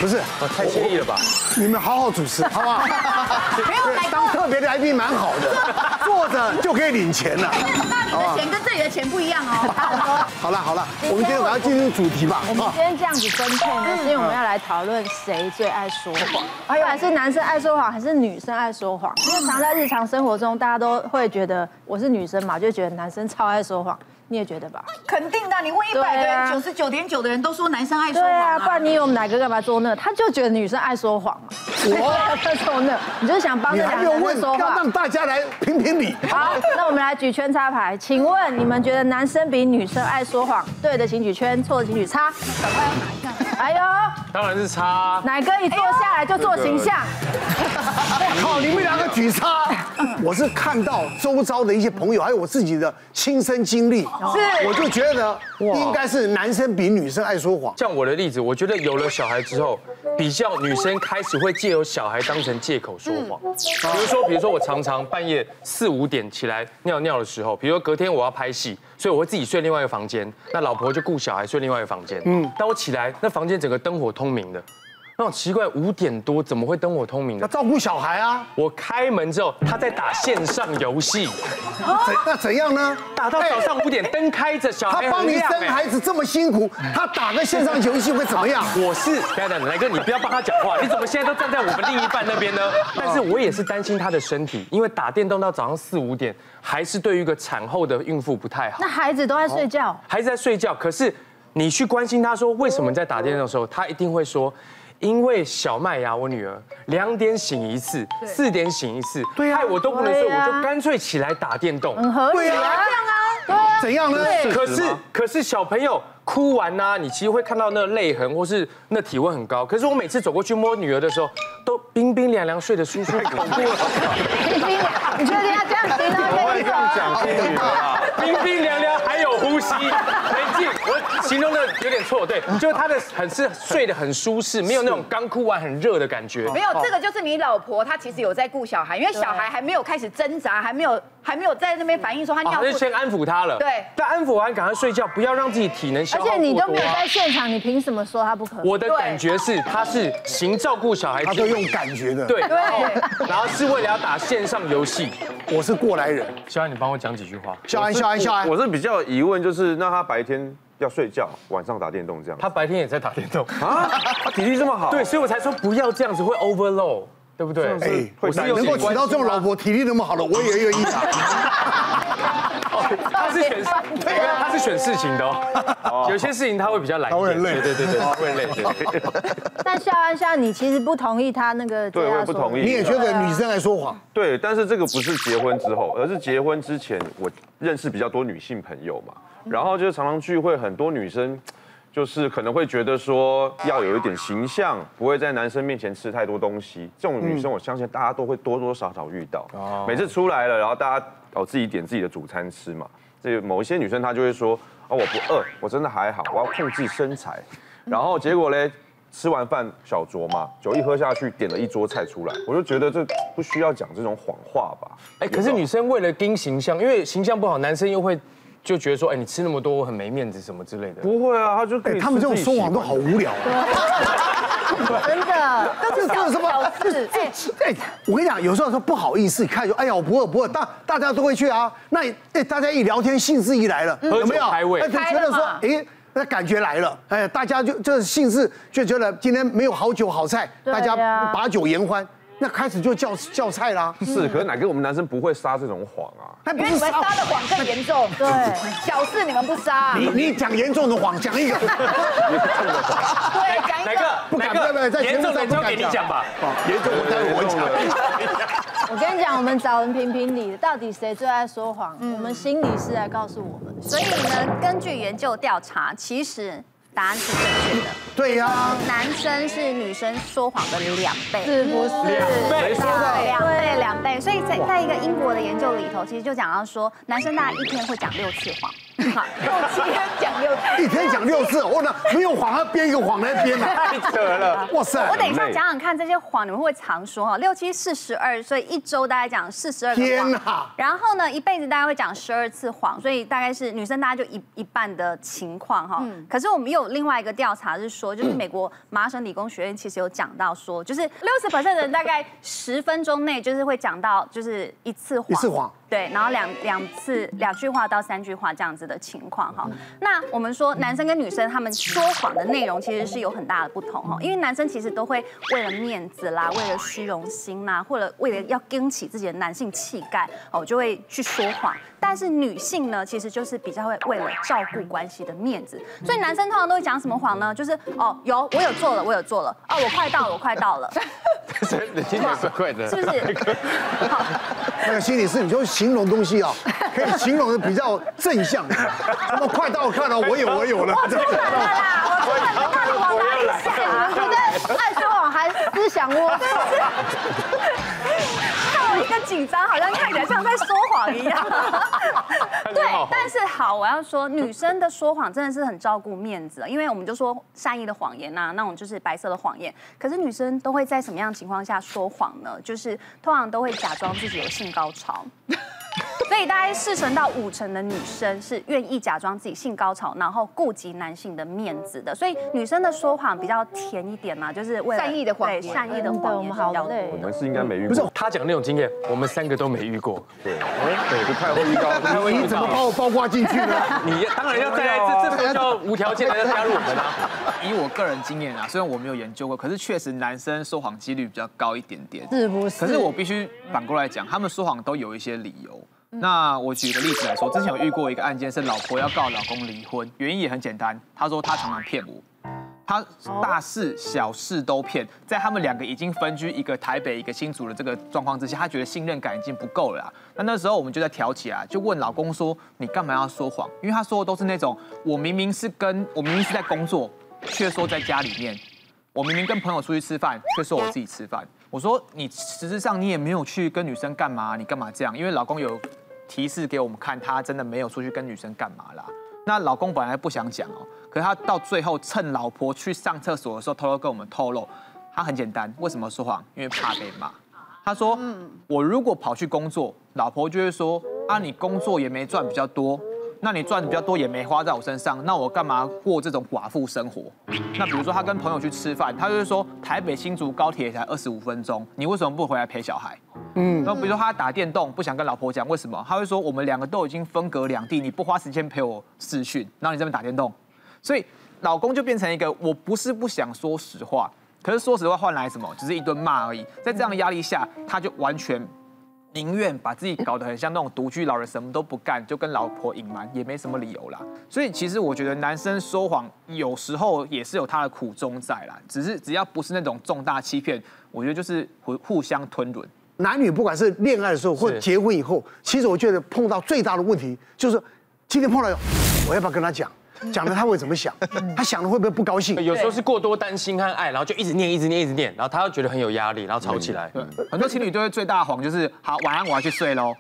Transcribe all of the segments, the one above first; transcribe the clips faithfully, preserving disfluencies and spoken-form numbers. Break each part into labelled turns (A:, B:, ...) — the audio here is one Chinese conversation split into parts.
A: 不是，
B: 太惬意了吧？
A: 你们好好主持，好不好？
C: 没有来
A: 当特别来宾蛮好的，坐着就可以领钱了。
C: 那里的钱跟这里的钱不一样哦。
A: 好了好了，我们今天赶快进入主题吧。
D: 我们今天这样子分配呢，是因为我们要来讨论谁最爱说谎，不管是男生爱说谎还是女生爱说谎。因为常在日常生活中，大家都会觉得我是女生嘛，就觉得男生超爱说谎。你也觉得吧？
C: 肯定的，你问一百个人，九十九点九的人都说男生爱说
D: 对啊，
C: 谎
D: 不然你有哪个干嘛做那？他就觉得女生爱说谎嘛。我在做那，你就想帮这
A: 你
D: 两个男
A: 还没有问，要
D: 生说话。
A: 让大家来评评理。
D: 好，那我们来举圈插牌，请问你们觉得男生比女生爱说谎？对的请举圈，错的请举叉。哎呦，
B: 当然是差。
D: 哪个一坐下来就做形象？
A: 我靠，你们两个举叉，我是看到周遭的一些朋友，还有我自己的亲身经历，
D: 是
A: 我就觉得应该是男生比女生爱说谎。
B: 像我的例子，我觉得有了小孩之后，比较女生开始会借由小孩当成借口说谎。比如说，比如说我常常半夜四五点起来尿尿的时候，比如说隔天我要拍戏，所以我会自己睡另外一个房间，那老婆就顾小孩睡另外一个房间。嗯，当我起来，那房间整个灯火通明的。那种奇怪，五点多怎么会灯火通明的？
A: 要照顾小孩啊。
B: 我开门之后，他在打线上游戏，
A: 怎那怎样呢？
B: 打到早上五点，灯开着，小孩
A: 他帮你
B: 很亮哎。
A: 生孩子这么辛苦，他打个线上游戏会怎么样？
B: 我是，等等，来哥，你不要帮他讲话，你怎么现在都站在我们另一半那边呢？但是我也是担心他的身体，因为打电动到早上四五点，还是对于一个产后的孕妇不太好。
D: 那孩子都在睡觉，
B: 孩子在睡觉，可是你去关心他说为什么你在打电动的时候，他一定会说。因为小麦芽，我女儿两点醒一次，四点醒一次，对啊，我都不能睡，我就干脆起来打电动，
D: 很合理
A: 对啊，
D: 啊。
A: 对啊，怎样呢？
B: 可是可是小朋友哭完呐，你其实会看到那泪痕，或是那体温很高。可是我每次走过去摸女儿的时候，都冰冰凉凉，睡得舒舒服服。
D: 冰冰凉，你确定要这样形容
B: 我会
D: 这
B: 这样讲给女儿啊，冰冰凉凉还有呼吸，没劲。我形容的有点错，对，就是她的很是睡得很舒适，没有那种刚哭完很热的感觉。
C: 没有，这个就是你老婆，她其实有在顾小孩，因为小孩还没有开始挣扎，还没有还没有在那边反应说他尿布，
B: 就先安抚他了。
C: 对，
B: 但安抚完赶快睡觉，不要让自己体能消耗过多啊。
D: 而且你都没有在现场，你凭什么说他不可能？
B: 我的感觉是，他是行照顾小孩，
A: 他都用感觉的。
B: 对对，然后是为了要打线上游戏。
A: 我是过来人，
B: 肖安，你帮我讲几句话。
A: 肖安，肖安，肖安，
E: 我是比较疑问，就是那他白天要睡觉，晚上打电动这样。
B: 他白天也在打电动
E: 啊，他体力这么好。
B: 对，所以我才说不要这样子，会 overload， 对不对？
A: 哎，
E: 会
A: 能够娶到这种老婆，体力那么好的，我也愿意啊。
B: 他是选，对啊，他是选事情的哦。有些事情他会比较懒，
A: 他会很累，
B: 对对对，他会累。对。
D: 但孝安孝安，你其实不同意他那个，
E: 对，我也不同意。
A: 你也觉得女生来说谎？
E: 对，但是这个不是结婚之后，而是结婚之前，我认识比较多女性朋友嘛，然后就是常常聚会，很多女生。就是可能会觉得说要有一点形象，不会在男生面前吃太多东西。这种女生，我相信大家都会多多少少遇到。每次出来了，然后大家哦自己点自己的主餐吃嘛。这某一些女生她就会说，哦我不饿，我真的还好，我要控制身材。然后结果嘞，吃完饭小酌嘛，酒一喝下去，点了一桌菜出来，我就觉得这不需要讲这种谎话吧。
B: 哎，可是女生为了盯形象，因为形象不好，男生又会。就觉得说，哎，你吃那么多，我很没面子什么之类的。
E: 不会啊，他就可以。
A: 他们这种说谎都好无聊。
D: 真的，
A: 都是这什么？
D: 是
A: 哎哎，我跟你讲，有时候说不好意思，看说，哎呀，我不饿不饿，大大家都会去啊。那哎，大家一聊天，兴致一来了，有没有？
B: 开胃，
A: 就觉得说，哎，那感觉来了，哎，大家就就是兴致，就觉得今天没有好酒好菜，大家把酒言欢。那开始就叫叫菜啦，
E: 是，可是哪个我们男生不会撒这种谎啊？
C: 因为你们撒的谎更严重，
D: 对，
C: 小事你们不撒。
A: 你你讲严重的谎，讲一个。
C: 对，讲一个。
B: 哪个？
A: 不敢，不敢，在节目上
B: 交给你讲吧。
A: 严重我待会我会讲。
D: 我跟你讲，我们找人评评理，到底谁最爱说谎？我们心理师来告诉我们。
F: 所以呢，根据研究调查，其实。答案是正确的。
A: 对呀、啊，
F: 男生是女生说谎的两倍，
D: 是不是？
B: 两倍，
F: 两倍，两倍。所以在在一个英国的研究里头，其实就讲到说，男生大概一天会讲六次谎。
C: 好，六七天讲六次，
A: 一天讲六次，我呢没有谎，他编一个谎来编了，
B: 太扯了。
A: 哇塞！
F: 我等一下讲讲看这些谎，你们会不会常说哈？六七四十二，所以一周大概讲四十二个
A: 天
F: 谎。
A: 哪！
F: 然后呢，一辈子大概会讲十二次谎，所以大概是女生大概就一一半的情况哈。可是我们又有另外一个调查是说，就是美国麻省理工学院其实有讲到说，就是六十 percent 的人大概十分钟内就是会讲到就是一次谎。
A: 一次谎。
F: 对，然后两两次两句话到三句话这样子的情况哈。那我们说男生跟女生他们说谎的内容其实是有很大的不同哈，因为男生其实都会为了面子啦，为了虚荣心啦，或者为了要撑起自己的男性气概哦，就会去说谎。但是女性呢，其实就是比较会为了照顾关系的面子，所以男生通常都会讲什么谎呢？就是哦，有我有做了，我有做了，哦，我快到了，我快到了。
B: 你听起来怪怪的，
F: 是不是？好，
A: 那个心理师，你就形容东西啊，可以形容的比较正向，什么快到快到，我有我有了。
D: 我出门了啦，我出门了，到底往哪里想啊？你的爱说谎还思想窝？
F: 看我一个紧张，好像看起来像在说谎一样。对，但是好，我要说，女生的说谎真的是很照顾面子，因为我们就说善意的谎言呐、啊，那种就是白色的谎言。可是女生都会在什么样的情况下说谎呢？就是通常都会假装自己有性高潮。所以大概四成到五成的女生是愿意假装自己性高潮，然后顾及男性的面子的。所以女生的说谎比较甜一点嘛，就是为了
C: 善意的谎言
F: 对善意的谎言比较多
E: 我们是应该没遇过。
A: 不是
B: 他讲那种经验，我们三个都没遇过。
E: 对，对，不太会遇到。不太会遇到
A: 你怎么把我包括进去呢？
B: 你当然要再来一次，这时候就要无条件的要加入我们啊。
G: 以我个人经验啊，虽然我没有研究过，可是确实男生说谎几率比较高一点点。
D: 是不是？
G: 可是我必须反过来讲，他们说谎都有一些理由。那我举个例子来说，之前有遇过一个案件，是老婆要告老公离婚，原因也很简单，她说她常常骗我，她大事小事都骗，在他们两个已经分居，一个台北一个新竹的这个状况之下，她觉得信任感已经不够了啦。那那时候我们就在挑起来，就问老公说，你干嘛要说谎？因为他说的都是那种，我明明是跟我明明是在工作，却说在家里面。我明明跟朋友出去吃饭，却说我自己吃饭。我说你实质上你也没有去跟女生干嘛，你干嘛这样？因为老公有提示给我们看，他真的没有出去跟女生干嘛啦。那老公本来不想讲哦，可是他到最后趁老婆去上厕所的时候，偷偷跟我们透露，他很简单，为什么说谎？因为怕被骂。他说，我如果跑去工作，老婆就会说啊，你工作也没赚比较多。那你赚的比较多也没花在我身上，那我干嘛过这种寡妇生活？那比如说他跟朋友去吃饭，他就会说台北新竹高铁才二十五分钟，你为什么不回来陪小孩？嗯，然后比如说他打电动不想跟老婆讲为什么，他会说我们两个都已经分隔两地，你不花时间陪我视讯，然后你这边打电动，所以老公就变成一个我不是不想说实话，可是说实话换来什么？只是一顿骂而已。在这样的压力下，他就完全宁愿把自己搞得很像那种独居老人，什么都不干，就跟老婆隐瞒，也没什么理由啦。所以其实我觉得男生说谎有时候也是有他的苦衷在啦，只是只要不是那种重大欺骗，我觉得就是互互相吞轮。
A: 男女不管是恋爱的时候或结婚以后，其实我觉得碰到最大的问题就是，今天碰到，我要不要跟他讲？讲了他会怎么想？他想了会不会不高兴？
B: 有时候是过多担心和爱，然后就一直念、一直念、一直念，然后他又觉得很有压力，然后吵起来。
G: 对，很多情侣都会最大的谎就是好，晚安，我要去睡喽。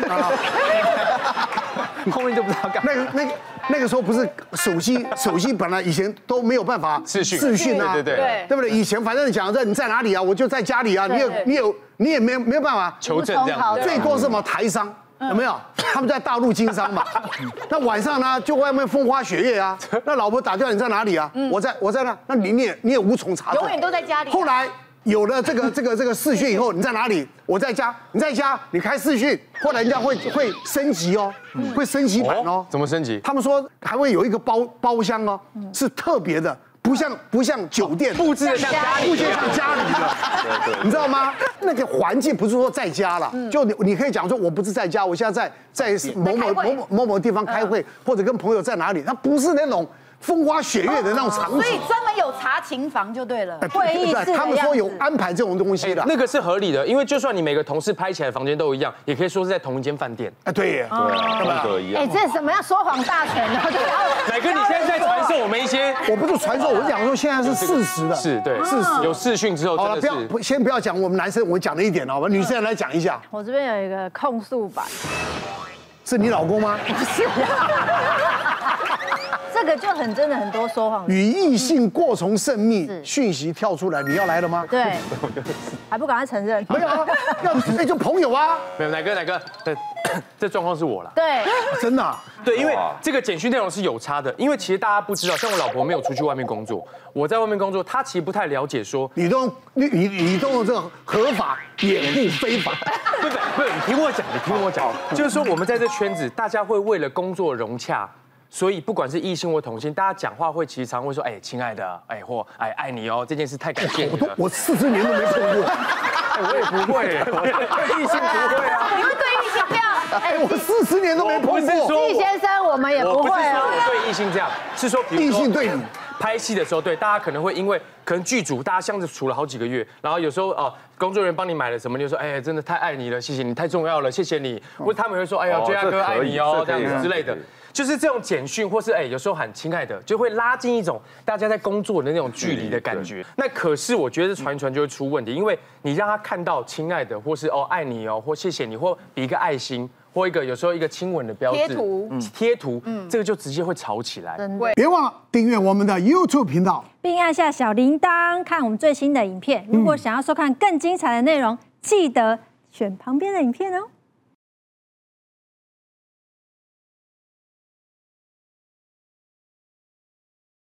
G: 后面就不知道干嘛。
A: 那个、那个、那个时候不是手机，手机本来以前都没有办法
B: 视讯，
A: 视讯啊，
B: 对对对，
A: 对不对？以前反正你讲在你在哪里啊，我就在家里啊，你有你有你也没有没有办法
B: 求证这样，
A: 最多是什么台商。有没有？他们在大陆经商嘛。那晚上呢，就外面风花雪月啊。那老婆打电话，你在哪里啊？我在，我在那。那你你也你也无从查证。
C: 永远都在家里。
A: 后来有了这个这个这个视讯以后，你在哪里？我在家。你在家，你开视讯，后来人家会会升级哦，会升级版哦。
B: 怎么升级？
A: 他们说还会有一个包包厢哦，是特别的。不像不像酒店
B: 布置的像家里，
A: 布置像家里的，你知道吗？那个环境不是说在家了，就你你可以讲说我不是在家，我现在在在某某某某某某地方开会，或者跟朋友在哪里，它不是那种风花雪月的那种场景，
C: 所以专门有查情房就对了。
D: 会议室，
A: 他们说有安排这种东西的，
B: 那个是合理的，因为就算你每个同事拍起来房间都一样，也可以说是在同一间饭店。
A: 哎，对耶，
E: 对啊，风格一样。
D: 哎，这什么要说谎大全呢？
B: 乃哥，你现在在传授我们一些，
A: 我不是传授，我讲说现在是事实的，
B: 是对，
A: 事实
B: 有视讯之后，
A: 好了，不要不先不要讲我们男生，我讲了一点好吧，女生来讲一下。
D: 我这边有一个控诉版。
A: 是你老公吗？
D: 不是这个就很真的很多说谎。
A: 与异性过从甚密，讯息跳出来，你要来了吗？
D: 对，还不赶快承认？
A: 没有啊，要那就朋友啊。
B: 没有，哪哥哪哥，这这状况是我了。
D: 对，
A: 真的。
B: 对，因为这个简讯内容是有差的，因为其实大家不知道，像我老婆没有出去外面工作，我在外面工作，她其实不太了解说，
A: 你都你你你都用这个合法掩护非法。
B: 不不不，你听我讲，你听我讲，就是说我们在这圈子，大家会为了工作融洽。所以不管是异性或同性，大家讲话会其实常会说，哎，亲爱的，哎，或哎爱你哦，这件事太感谢你了。
A: 我四十年都没碰过，
B: 我也不会，对异性不会啊。
C: 你会对异性这样？
A: 哎，我四十年都没碰过。
D: 季先生，我们也不会啊。
B: 我对异性这样，是说比如说
A: 异性对你
B: 拍戏的时候，对大家可能会因为可能剧组大家相处了好几个月，然后有时候哦，工作人员帮你买了什么，你就说，哎，真的太爱你了，谢谢你，太重要了，谢谢你。或者他们会说，哎呀，娟亚哥爱你哦，这样子之类的。就是这种简讯，或是哎，有时候喊亲爱的，就会拉近一种大家在工作的那种距离的感觉。那可是我觉得传一传就会出问题，因为你让他看到亲爱的，或是哦爱你哦，或谢谢你，或比一个爱心，或一个有时候一个亲吻的标志，
C: 贴图，
B: 贴图，这个就直接会吵起来。
A: 别忘了订阅我们的 YouTube 频道，
H: 并按下小铃铛看我们最新的影片。如果想要收看更精彩的内容，记得选旁边的影片哦。